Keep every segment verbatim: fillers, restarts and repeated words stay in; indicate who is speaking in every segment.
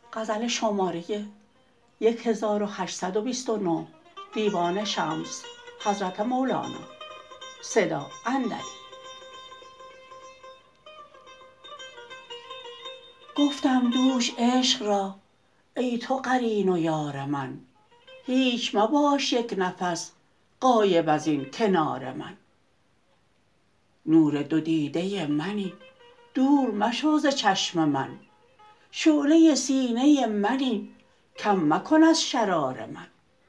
Speaker 1: گفتم دوش عشق را ای تو قرین و یار من هیچ مباش یک نفس غایب از این کنار من نور دو دیده منی دور مشو ز چشم من شعله سینه منی کم مکن از شرار من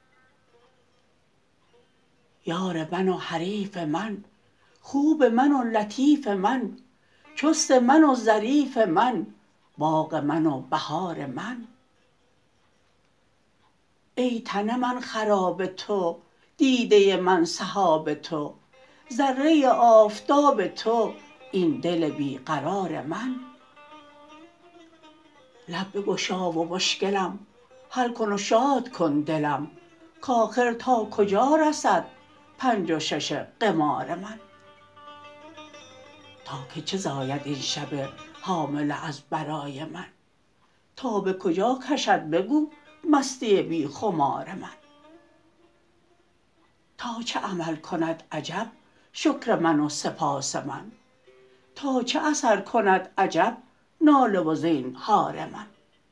Speaker 1: یار من و حریف من خوب من و لطیف من چست من و ظریف من باغ من و بهار من ای تن من خراب تو دیده من سحاب تو ذره آفتاب تو این دل بی قرار من لب بگشا و مشکلم حل کن و شاد کن دلم کآخر تا کجا رسد پنج و شش قمار من تا که چه زاید این شب حامله از برای من تا به کجا کشد بگو مستی بی خمار من تا چه عمل کند عجب شکر من و سپاس من تا چه اثر کند عجب ناله و زینهار من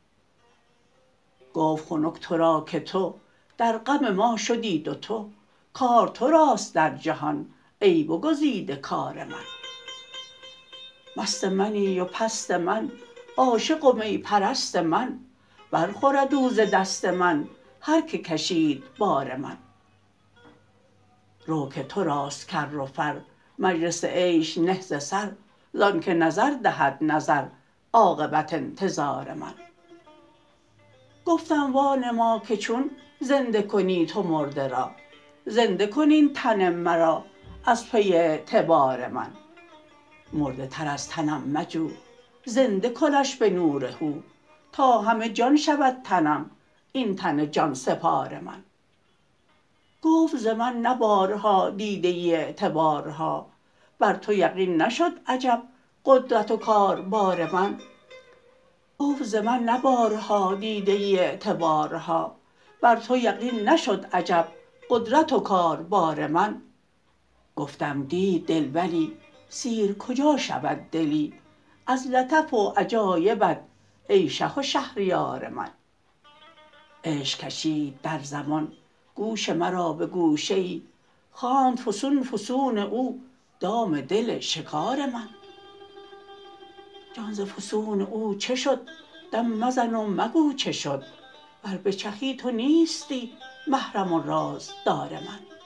Speaker 1: گفت خنک تو را که تو در غم ما شدی دوتو کار تو راست در جهان ای بگزیده کار من مست منی و پست من عاشق و می پرست من برخورد او ز دست من هر کی کشید بار من رو که تو راست کر و فر مجلس عیش نه ز سر زانک نظر دهد نظر عاقبت انتظار من گفتم وانما که چون زنده کنی تو مرده را زنده کن این تن مرا از پی اعتبار من مرده تر از تنم مجو زنده کنش به نور هو تا همه جان شود تنم این تن جان سپار من گفت ز من نه بارها دیده ای اعتبارها بر تو یقین نشد عجب قدرت و کاربار من گفت ز من نه بارها دیده ای اعتبارها بر تو یقین نشد عجب قدرت و کاربار من گفتم دید دل ولی سیر کجا شود دلی از لطف و عجایبت ای شه و شهریار من عشق کشید در زمان گوش مرا به گوشه ای خواند فسون فسون او دام دل شکار من جان ز فسون او چه شد دم مزن و مگو چه شد ور بچخی تو نیستی محرم و رازدار من